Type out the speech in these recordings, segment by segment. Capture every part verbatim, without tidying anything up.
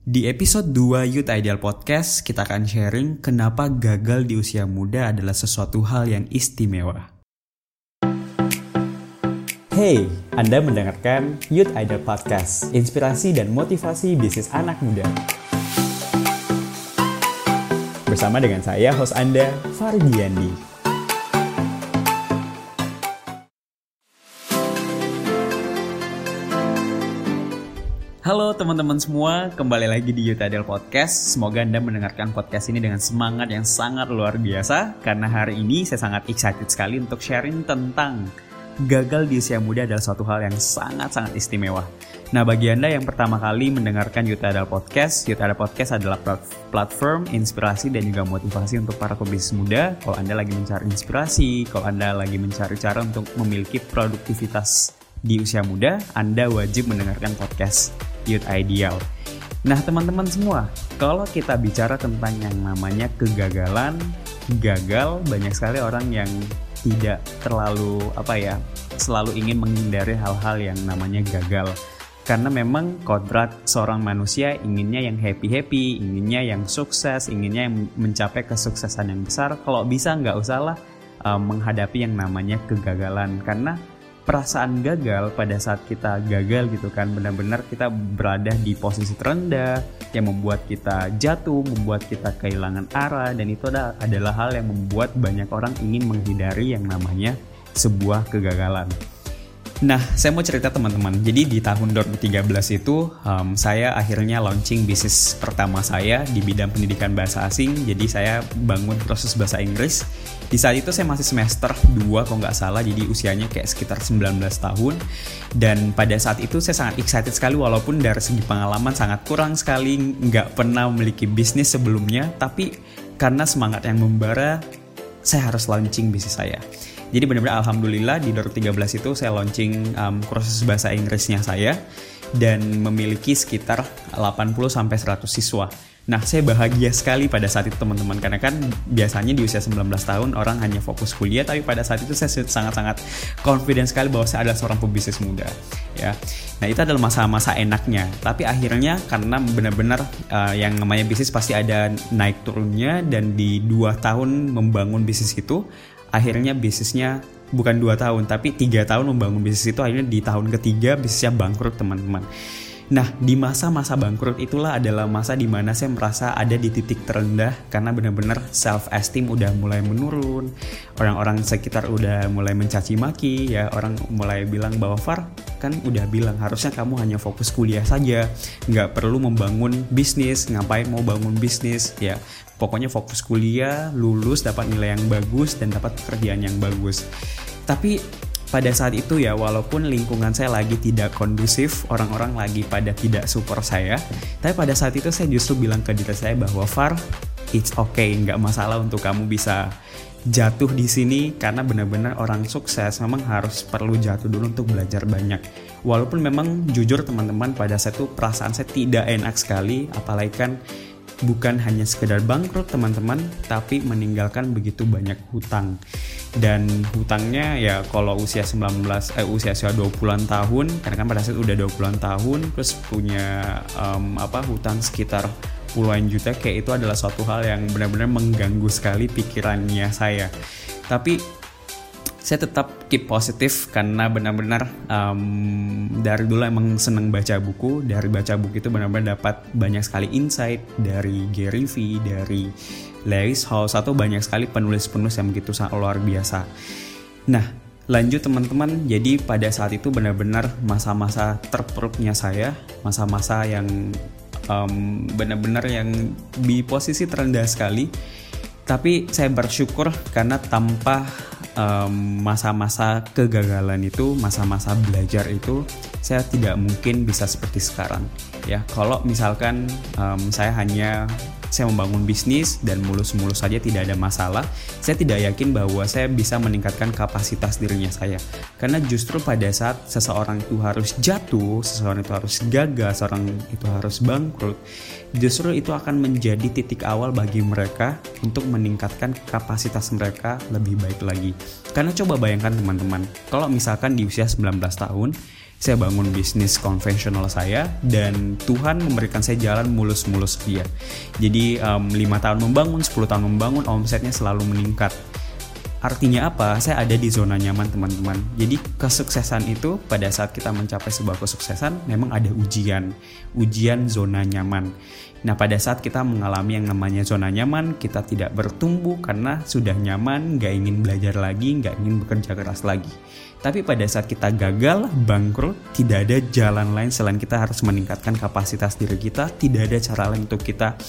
Di episode dua Youth Ideal Podcast, kita akan sharing kenapa gagal di usia muda adalah sesuatu hal yang istimewa. Hey, Anda mendengarkan Youth Ideal Podcast, inspirasi dan motivasi bisnis anak muda. Bersama dengan saya, host Anda, Fardiandi. Halo teman-teman semua, kembali lagi di Youth Ideal Podcast. Semoga Anda mendengarkan podcast ini dengan semangat yang sangat luar biasa. Karena hari ini saya sangat excited sekali untuk sharing tentang gagal di usia muda adalah suatu hal yang sangat-sangat istimewa. Nah, bagi Anda yang pertama kali mendengarkan Youth Ideal Podcast, Youth Ideal Podcast adalah platform inspirasi dan juga motivasi untuk para pebisnis muda. Kalau Anda lagi mencari inspirasi, kalau Anda lagi mencari cara untuk memiliki produktivitas di usia muda, Anda wajib mendengarkan podcast Youth Ideal. Nah, teman-teman semua, kalau kita bicara tentang yang namanya kegagalan, gagal, banyak sekali orang yang tidak terlalu apa ya, selalu ingin menghindari hal-hal yang namanya gagal. Karena memang kodrat seorang manusia inginnya yang happy-happy, inginnya yang sukses, inginnya yang mencapai kesuksesan yang besar. Kalau bisa nggak usahlah uh, menghadapi yang namanya kegagalan, karena perasaan gagal pada saat kita gagal gitu kan, benar-benar kita berada di posisi terendah yang membuat kita jatuh, membuat kita kehilangan arah, dan itu adalah hal yang membuat banyak orang ingin menghindari yang namanya sebuah kegagalan. Nah, saya mau cerita teman-teman. Jadi di tahun dua ribu tiga belas itu um, saya akhirnya launching bisnis pertama saya di bidang pendidikan bahasa asing. Jadi saya bangun proses bahasa Inggris. Di saat itu saya masih semester dua kalau nggak salah, jadi usianya kayak sekitar sembilan belas tahun. Dan pada saat itu saya sangat excited sekali, walaupun dari segi pengalaman sangat kurang sekali, nggak pernah memiliki bisnis sebelumnya. Tapi karena semangat yang membara, saya harus launching bisnis saya. Jadi benar-benar alhamdulillah di dua ribu tiga belas itu saya launching um, kursus bahasa Inggrisnya saya dan memiliki sekitar delapan puluh sampai seratus siswa. Nah, saya bahagia sekali pada saat itu teman-teman, karena kan biasanya di usia sembilan belas tahun orang hanya fokus kuliah, tapi pada saat itu saya sangat-sangat confident sekali bahwa saya adalah seorang pebisnis muda, ya. Nah, itu adalah masa-masa enaknya, tapi akhirnya karena benar-benar uh, yang namanya bisnis pasti ada naik turunnya, dan di dua tahun membangun bisnis itu, akhirnya bisnisnya bukan dua tahun, tapi tiga tahun membangun bisnis itu, akhirnya di tahun ketiga bisnisnya bangkrut teman-teman. Nah, di masa-masa bangkrut itulah adalah masa di mana saya merasa ada di titik terendah, karena benar-benar self-esteem udah mulai menurun, orang-orang sekitar udah mulai mencaci maki, ya, orang mulai bilang bahwa Far, kan udah bilang harusnya kamu hanya fokus kuliah saja, nggak perlu membangun bisnis, ngapain mau bangun bisnis, ya. Pokoknya fokus kuliah, lulus, dapat nilai yang bagus, dan dapat pekerjaan yang bagus. Tapi pada saat itu ya, walaupun lingkungan saya lagi tidak kondusif, orang-orang lagi pada tidak support saya, tapi pada saat itu saya justru bilang ke diri saya bahwa Far, it's okay, nggak masalah untuk kamu bisa jatuh di sini, karena benar-benar orang sukses memang harus perlu jatuh dulu untuk belajar banyak. Walaupun memang jujur teman-teman, pada saat itu perasaan saya tidak enak sekali, apalagi kan bukan hanya sekedar bangkrut teman-teman, tapi meninggalkan begitu banyak hutang. Dan hutangnya ya kalau usia sembilan belas eh usia usia dua puluhan tahun, karena kan pada saat udah dua puluhan tahun terus punya um, apa hutang sekitar puluhan juta, kayak itu adalah suatu hal yang benar-benar mengganggu sekali pikirannya saya. Tapi saya tetap keep positif, karena benar-benar um, dari dulu emang seneng baca buku. Dari baca buku itu benar-benar dapat banyak sekali insight dari Gary V, dari Larry House, atau banyak sekali penulis-penulis yang begitu sangat luar biasa. Nah, lanjut teman-teman, jadi pada saat itu benar-benar masa-masa terpuruknya saya, masa-masa yang um, benar-benar yang di posisi terendah sekali. Tapi saya bersyukur karena tanpa um, masa-masa kegagalan itu, masa-masa belajar itu, saya tidak mungkin bisa seperti sekarang. Ya, kalau misalkan um, saya hanya saya membangun bisnis dan mulus-mulus saja tidak ada masalah, saya tidak yakin bahwa saya bisa meningkatkan kapasitas dirinya saya. Karena justru pada saat seseorang itu harus jatuh, seseorang itu harus gagal, seseorang itu harus bangkrut, justru itu akan menjadi titik awal bagi mereka untuk meningkatkan kapasitas mereka lebih baik lagi. Karena coba bayangkan teman-teman, kalau misalkan di usia sembilan belas tahun, Saya bangun bisnis konvensional saya dan Tuhan memberikan saya jalan mulus-mulus dia. Jadi um, lima tahun membangun, sepuluh tahun membangun, omsetnya selalu meningkat. Artinya apa? Saya ada di zona nyaman teman-teman. Jadi kesuksesan itu pada saat kita mencapai sebuah kesuksesan memang ada ujian. Ujian zona nyaman. Nah pada saat kita mengalami yang namanya zona nyaman, kita tidak bertumbuh karena sudah nyaman, gak ingin belajar lagi, gak ingin bekerja keras lagi. Tapi pada saat kita gagal, bangkrut, tidak ada jalan lain selain kita harus meningkatkan kapasitas diri kita. Tidak ada cara lain untuk kita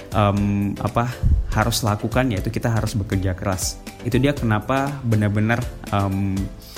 um, apa harus lakukan, yaitu kita harus bekerja keras. Itu dia kenapa benar-benar um,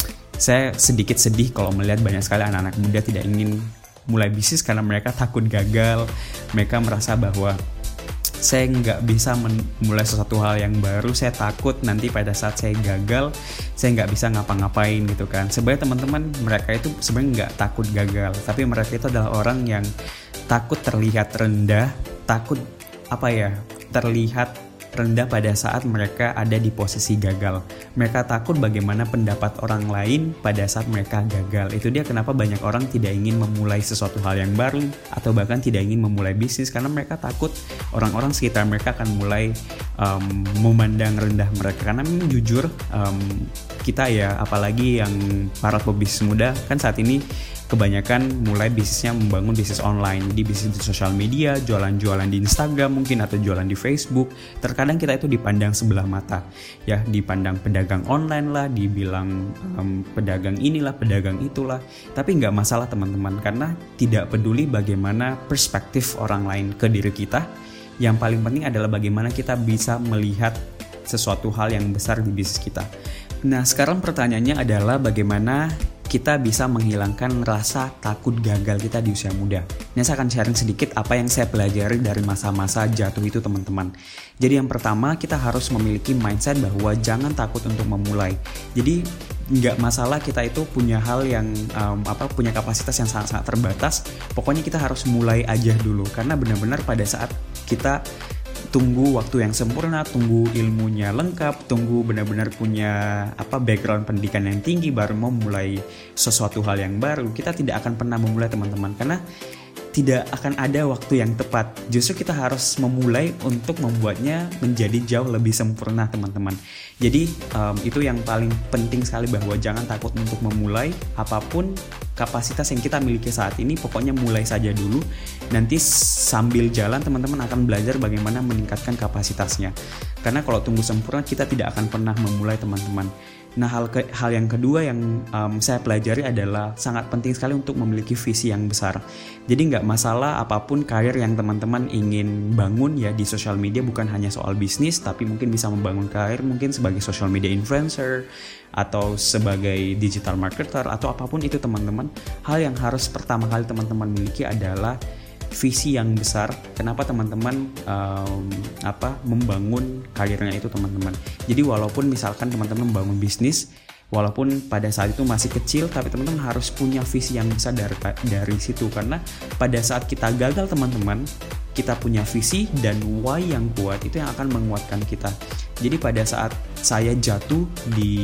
saya sedikit sedih kalau melihat banyak sekali anak-anak muda tidak ingin mulai bisnis karena mereka takut gagal. Mereka merasa bahwa saya nggak bisa memulai sesuatu hal yang baru, saya takut nanti pada saat saya gagal saya nggak bisa ngapa-ngapain gitu kan. Sebenarnya teman-teman, mereka itu sebenarnya nggak takut gagal, tapi mereka itu adalah orang yang takut terlihat rendah, takut apa ya terlihat rendah pada saat mereka ada di posisi gagal. Mereka takut bagaimana pendapat orang lain pada saat mereka gagal. Itu dia kenapa banyak orang tidak ingin memulai sesuatu hal yang baru atau bahkan tidak ingin memulai bisnis karena mereka takut orang-orang sekitar mereka akan mulai um, memandang rendah mereka. Karena memang jujur um, kita ya, apalagi yang para pebisnis muda kan saat ini kebanyakan mulai bisnisnya membangun bisnis online. Jadi bisnis di sosial media, jualan-jualan di Instagram mungkin atau jualan di Facebook. Terkadang kita itu dipandang sebelah mata. Ya, dipandang pedagang online lah, dibilang um, pedagang inilah, pedagang itulah. Tapi nggak masalah teman-teman, karena tidak peduli bagaimana perspektif orang lain ke diri kita. Yang paling penting adalah bagaimana kita bisa melihat sesuatu hal yang besar di bisnis kita. Nah, sekarang pertanyaannya adalah bagaimana kita bisa menghilangkan rasa takut gagal kita di usia muda. Nah, saya akan sharing sedikit apa yang saya pelajari dari masa-masa jatuh itu teman-teman. Jadi yang pertama, kita harus memiliki mindset bahwa jangan takut untuk memulai. Jadi nggak masalah kita itu punya hal yang um, apa punya kapasitas yang sangat-sangat terbatas. Pokoknya kita harus mulai aja dulu, karena benar-benar pada saat kita tunggu waktu yang sempurna, tunggu ilmunya lengkap, tunggu benar-benar punya apa background pendidikan yang tinggi baru mau mulai sesuatu hal yang baru. Kita tidak akan pernah memulai teman-teman, karena tidak akan ada waktu yang tepat. Justru kita harus memulai untuk membuatnya menjadi jauh lebih sempurna teman-teman. Jadi um, itu yang paling penting sekali, bahwa jangan takut untuk memulai apapun kapasitas yang kita miliki saat ini. Pokoknya mulai saja dulu. Nanti sambil jalan teman-teman akan belajar bagaimana meningkatkan kapasitasnya. Karena kalau tunggu sempurna kita tidak akan pernah memulai teman-teman. Nah, hal ke, hal yang kedua yang um, saya pelajari adalah sangat penting sekali untuk memiliki visi yang besar. Jadi nggak masalah apapun karir yang teman-teman ingin bangun ya di sosial media, bukan hanya soal bisnis, tapi mungkin bisa membangun karir mungkin sebagai social media influencer atau sebagai digital marketer atau apapun itu teman-teman. Hal yang harus pertama kali teman-teman miliki adalah visi yang besar. Kenapa teman-teman um, apa membangun karirnya itu teman-teman. Jadi walaupun misalkan teman-teman membangun bisnis, walaupun pada saat itu masih kecil, tapi teman-teman harus punya visi yang besar dari dari situ. Karena pada saat kita gagal teman-teman, kita punya visi dan why yang kuat, itu yang akan menguatkan kita. Jadi pada saat saya jatuh di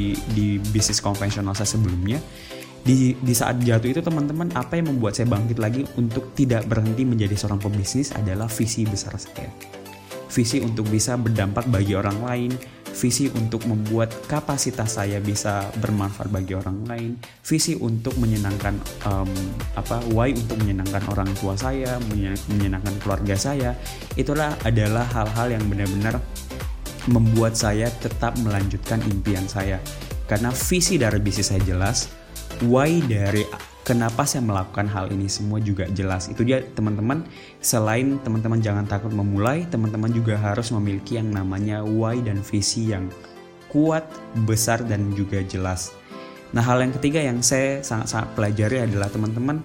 di bisnis konvensional saya sebelumnya, Di, di saat jatuh itu teman-teman, apa yang membuat saya bangkit lagi untuk tidak berhenti menjadi seorang pebisnis adalah visi besar saya. Visi untuk bisa berdampak bagi orang lain, visi untuk membuat kapasitas saya bisa bermanfaat bagi orang lain, visi untuk menyenangkan um, apa why untuk menyenangkan orang tua saya, menyenangkan keluarga saya. Itulah adalah hal-hal yang benar-benar membuat saya tetap melanjutkan impian saya. Karena visi dari bisnis saya jelas, why dari kenapa saya melakukan hal ini semua juga jelas. Itu dia teman-teman. Selain teman-teman jangan takut memulai, teman-teman juga harus memiliki yang namanya why dan visi yang kuat, besar dan juga jelas. Nah, hal yang ketiga yang saya sangat-sangat pelajari adalah teman-teman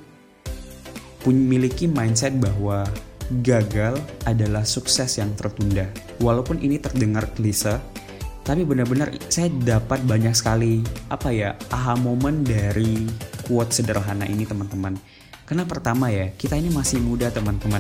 memiliki mindset bahwa gagal adalah sukses yang tertunda. Walaupun ini terdengar klise, tapi benar-benar saya dapat banyak sekali apa ya aha moment dari quote sederhana ini teman-teman. Karena pertama ya, kita ini masih muda teman-teman.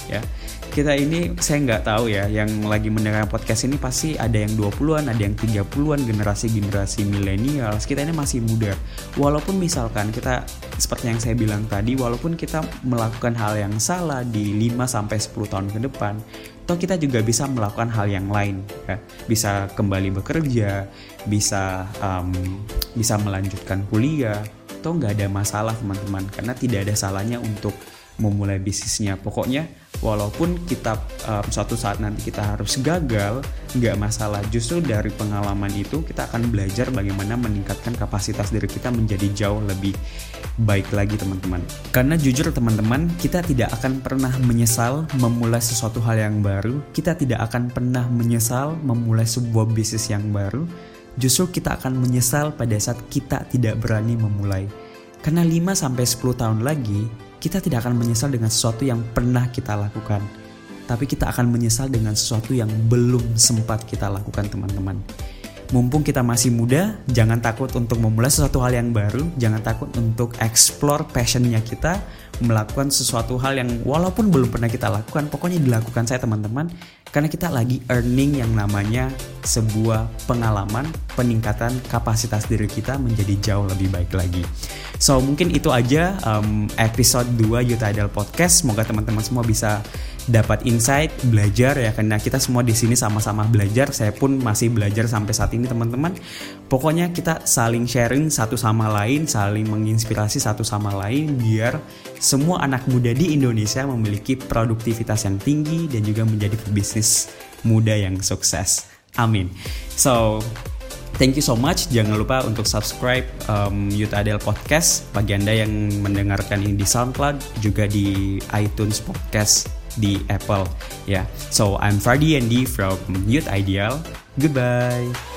ya. Kita ini saya nggak tahu ya, yang lagi mendengar podcast ini pasti ada yang dua puluhan, ada yang tiga puluhan, generasi-generasi milenial. Kita ini masih muda. Walaupun misalkan kita seperti yang saya bilang tadi, walaupun kita melakukan hal yang salah di lima sampai sepuluh tahun ke depan, toh kita juga bisa melakukan hal yang lain, ya. Bisa kembali bekerja, bisa um, bisa melanjutkan kuliah, toh nggak ada masalah teman-teman, karena tidak ada salahnya untuk memulai bisnisnya. Pokoknya walaupun kita um, suatu saat nanti kita harus gagal, nggak masalah. Justru dari pengalaman itu kita akan belajar bagaimana meningkatkan kapasitas diri kita menjadi jauh lebih baik lagi teman-teman. Karena jujur teman-teman, kita tidak akan pernah menyesal memulai sesuatu hal yang baru. Kita tidak akan pernah menyesal memulai sebuah bisnis yang baru. Justru kita akan menyesal pada saat kita tidak berani memulai. Karena lima sampai sepuluh tahun lagi, kita tidak akan menyesal dengan sesuatu yang pernah kita lakukan. Tapi kita akan menyesal dengan sesuatu yang belum sempat kita lakukan teman-teman. Mumpung kita masih muda, jangan takut untuk memulai sesuatu hal yang baru. Jangan takut untuk explore passionnya kita, melakukan sesuatu hal yang walaupun belum pernah kita lakukan, pokoknya dilakukan saya teman-teman. Karena kita lagi earning yang namanya sebuah pengalaman, peningkatan kapasitas diri kita menjadi jauh lebih baik lagi. So mungkin itu aja um, episode dua Youth Ideal Podcast. Semoga teman-teman semua bisa dapat insight, belajar ya, karena kita semua di sini sama-sama belajar. Saya pun masih belajar sampai saat ini teman-teman. Pokoknya kita saling sharing satu sama lain, saling menginspirasi satu sama lain biar semua anak muda di Indonesia memiliki produktivitas yang tinggi dan juga menjadi pebisnis muda yang sukses. Amin. So thank you so much. Jangan lupa untuk subscribe um, Youth Ideal Podcast bagi Anda yang mendengarkan ini di SoundCloud, juga di iTunes Podcast di Apple ya. Yeah. So I'm Fardi Andy from Youth Ideal. Goodbye.